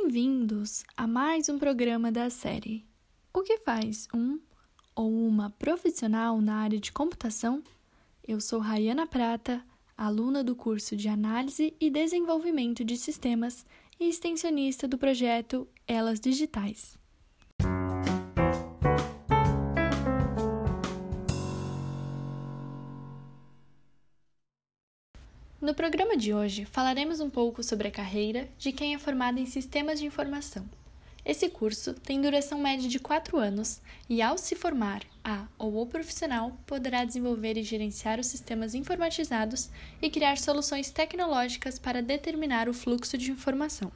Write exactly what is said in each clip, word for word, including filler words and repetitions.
Bem-vindos a mais um programa da série O que faz um ou uma profissional na área de computação? Eu sou Rayana Prata, aluna do curso de Análise e Desenvolvimento de Sistemas e extensionista do projeto Elas Digitais. No programa de hoje, falaremos um pouco sobre a carreira de quem é formado em Sistemas de Informação. Esse curso tem duração média de quatro anos e, ao se formar, a ou o profissional poderá desenvolver e gerenciar os sistemas informatizados e criar soluções tecnológicas para determinar o fluxo de informação.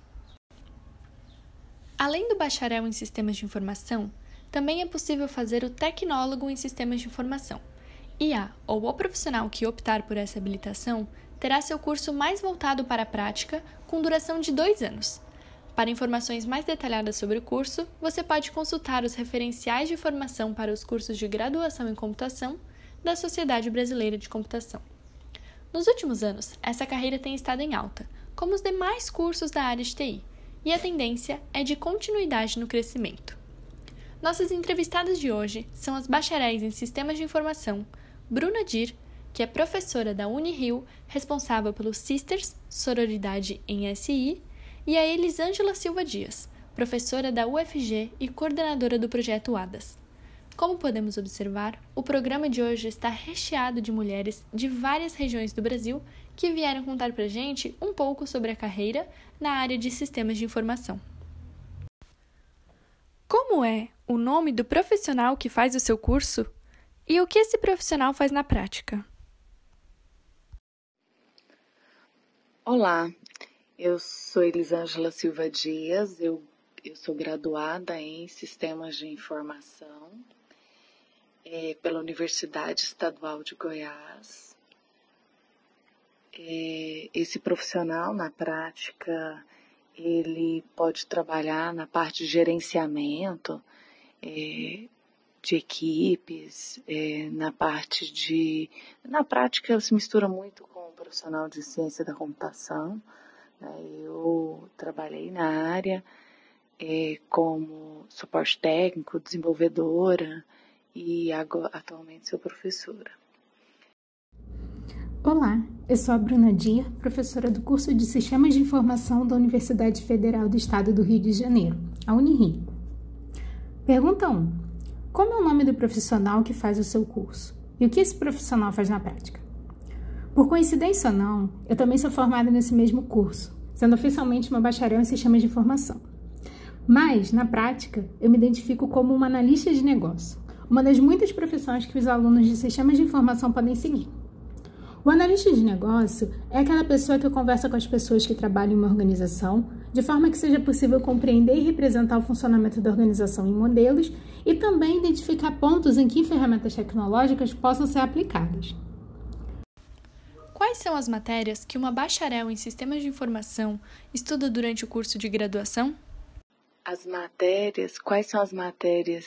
Além do bacharel em Sistemas de Informação, também é possível fazer o tecnólogo em Sistemas de Informação. E a ou o profissional que optar por essa habilitação terá seu curso mais voltado para a prática, com duração de dois anos. Para informações mais detalhadas sobre o curso, você pode consultar os referenciais de formação para os cursos de graduação em computação da Sociedade Brasileira de Computação. Nos últimos anos, essa carreira tem estado em alta, como os demais cursos da área de T I, e a tendência é de continuidade no crescimento. Nossas entrevistadas de hoje são as bacharéis em Sistemas de Informação, Bruna Dir, que é professora da Unirio, responsável pelo Sisters, Sororidade em S I, e a Elisângela Silva Dias, professora da U F G e coordenadora do projeto ADAS. Como podemos observar, o programa de hoje está recheado de mulheres de várias regiões do Brasil que vieram contar pra gente um pouco sobre a carreira na área de sistemas de informação. Como é o nome do profissional que faz o seu curso? E o que esse profissional faz na prática? Olá, eu sou Elisângela Silva Dias, eu, eu sou graduada em Sistemas de Informação é, pela Universidade Estadual de Goiás. É, esse profissional, na prática, ele pode trabalhar na parte de gerenciamento é, de equipes, é, na parte de... Na prática, se mistura muito com o profissional de ciência da computação. Eu trabalhei na área é, como suporte técnico, desenvolvedora e agora, atualmente sou professora. Olá, eu sou a Bruna Dir, professora do curso de Sistemas de Informação da Universidade Federal do Estado do Rio de Janeiro, a Unirio. Pergunta um. Como é o nome do profissional que faz o seu curso? E o que esse profissional faz na prática? Por coincidência ou não, eu também sou formada nesse mesmo curso, sendo oficialmente uma bacharel em Sistemas de Informação. Mas, na prática, eu me identifico como uma analista de negócio, uma das muitas profissões que os alunos de Sistemas de Informação podem seguir. O analista de negócio é aquela pessoa que conversa com as pessoas que trabalham em uma organização, de forma que seja possível compreender e representar o funcionamento da organização em modelos e também identificar pontos em que ferramentas tecnológicas possam ser aplicadas. Quais são as matérias que uma bacharel em Sistemas de Informação estuda durante o curso de graduação? As matérias, quais são as matérias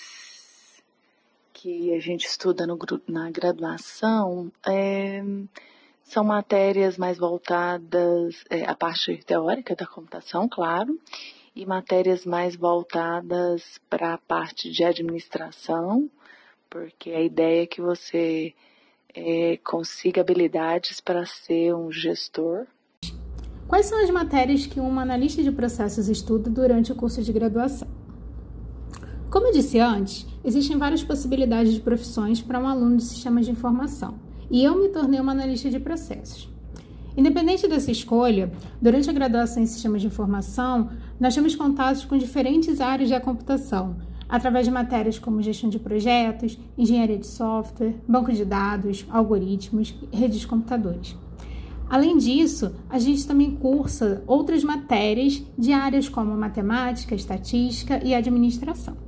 que a gente estuda no, na graduação? É, são matérias mais voltadas é, à parte teórica da computação, claro, e matérias mais voltadas para a parte de administração, porque a ideia é que você É, consiga habilidades para ser um gestor. Quais são as matérias que um analista de processos estuda durante o curso de graduação? Como eu disse antes, existem várias possibilidades de profissões para um aluno de sistemas de informação, e eu me tornei uma analista de processos. Independente dessa escolha, durante a graduação em sistemas de informação, nós temos contatos com diferentes áreas da computação, através de matérias como gestão de projetos, engenharia de software, banco de dados, algoritmos e redes de computadores. Além disso, a gente também cursa outras matérias de áreas como matemática, estatística e administração.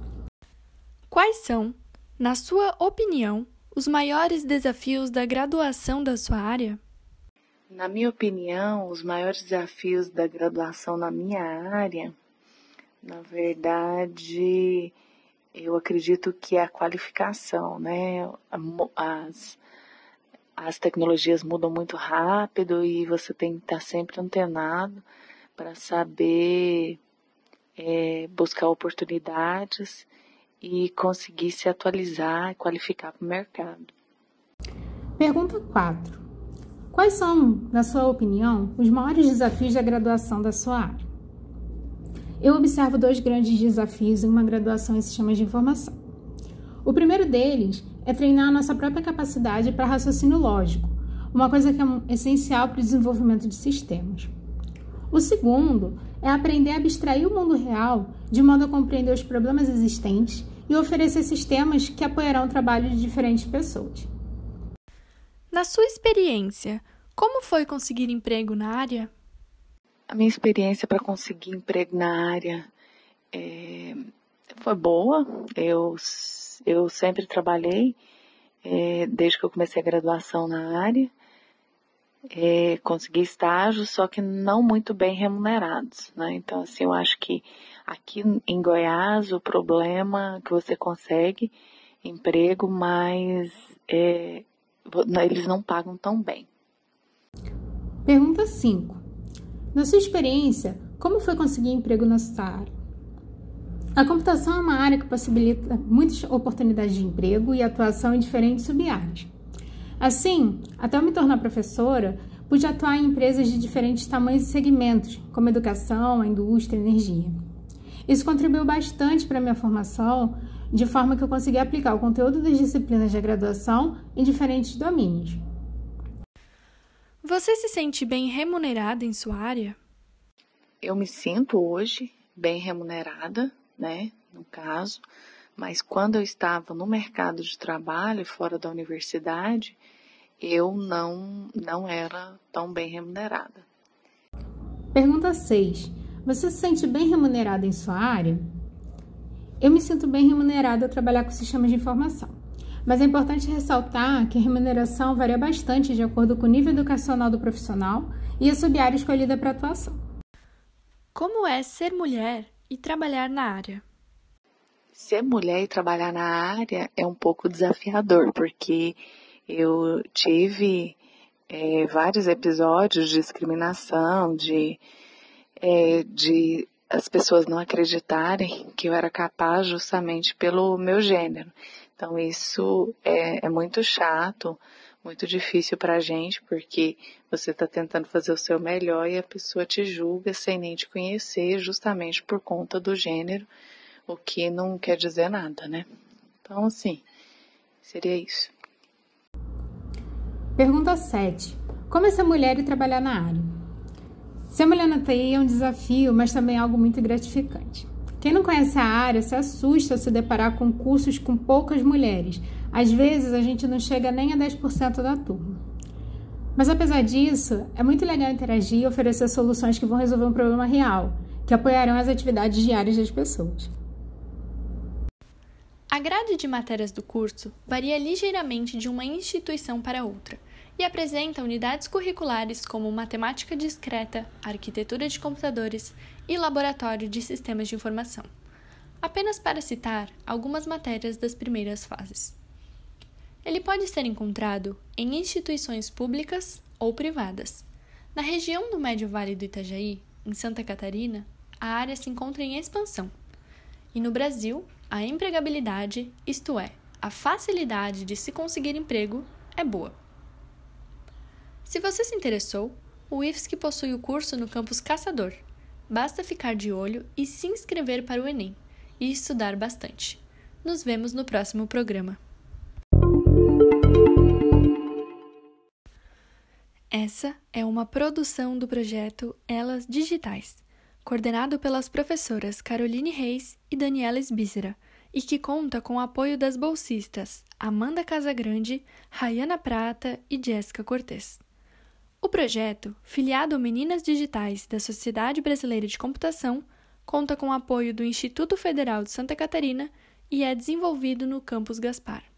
Quais são, na sua opinião, os maiores desafios da graduação da sua área? Na minha opinião, os maiores desafios da graduação na minha área, na verdade, eu acredito que é a qualificação, né? As, as tecnologias mudam muito rápido e você tem que estar sempre antenado para saber é, buscar oportunidades e conseguir se atualizar e qualificar para o mercado. Pergunta quatro. Quais são, na sua opinião, os maiores desafios da graduação da sua área? Eu observo dois grandes desafios em uma graduação em sistemas de informação. O primeiro deles é treinar a nossa própria capacidade para raciocínio lógico, uma coisa que é essencial para o desenvolvimento de sistemas. O segundo é aprender a abstrair o mundo real de modo a compreender os problemas existentes e oferecer sistemas que apoiarão o trabalho de diferentes pessoas. Na sua experiência, como foi conseguir emprego na área? A minha experiência para conseguir emprego na área é, foi boa. Eu, eu sempre trabalhei, é, desde que eu comecei a graduação na área. É, consegui estágios, só que não muito bem remunerados, né? Então, assim, eu acho que aqui em Goiás o problema é que você consegue emprego, mas é, eles não pagam tão bem. Pergunta cinco. Na sua experiência, como foi conseguir emprego nessa área? A computação é uma área que possibilita muitas oportunidades de emprego e atuação em diferentes sub-áreas. Assim, até eu me tornar professora, pude atuar em empresas de diferentes tamanhos e segmentos, como educação, a indústria e energia. Isso contribuiu bastante para a minha formação, de forma que eu consegui aplicar o conteúdo das disciplinas de graduação em diferentes domínios. Você se sente bem remunerada em sua área? Eu me sinto hoje bem remunerada, né, no caso, mas quando eu estava no mercado de trabalho, fora da universidade, eu não, não era tão bem remunerada. Pergunta seis. Você se sente bem remunerada em sua área? Eu me sinto bem remunerada ao trabalhar com sistemas de informação, mas é importante ressaltar que a remuneração varia bastante de acordo com o nível educacional do profissional e a sub-área escolhida para atuação. Como é ser mulher e trabalhar na área? Ser mulher e trabalhar na área é um pouco desafiador, porque eu tive é, vários episódios de discriminação, de, é, de as pessoas não acreditarem que eu era capaz justamente pelo meu gênero. Então isso é, é muito chato, muito difícil para a gente, porque você está tentando fazer o seu melhor e a pessoa te julga sem nem te conhecer, justamente por conta do gênero, o que não quer dizer nada, né? Então, assim, seria isso. Pergunta sete. Como é ser mulher e trabalhar na área? Ser mulher na T I é um desafio, mas também algo muito gratificante. Quem não conhece a área se assusta ao se deparar com cursos com poucas mulheres. Às vezes, a gente não chega nem a dez por cento da turma. Mas, apesar disso, é muito legal interagir e oferecer soluções que vão resolver um problema real, que apoiarão as atividades diárias das pessoas. A grade de matérias do curso varia ligeiramente de uma instituição para outra e apresenta unidades curriculares como matemática discreta, arquitetura de computadores e laboratório de sistemas de informação, apenas para citar algumas matérias das primeiras fases. Ele pode ser encontrado em instituições públicas ou privadas. Na região do Médio Vale do Itajaí, em Santa Catarina, a área se encontra em expansão. E no Brasil, a empregabilidade, isto é, a facilidade de se conseguir emprego, é boa. Se você se interessou, o I F S C possui o curso no campus Caçador. Basta ficar de olho e se inscrever para o Enem, e estudar bastante. Nos vemos no próximo programa. Essa é uma produção do projeto Elas Digitais, coordenado pelas professoras Caroline Reis e Daniela Esbícera, e que conta com o apoio das bolsistas Amanda Casagrande, Rayana Prata e Jéssica Cortez. O projeto, filiado ao Meninas Digitais da Sociedade Brasileira de Computação, conta com o apoio do Instituto Federal de Santa Catarina e é desenvolvido no Campus Gaspar.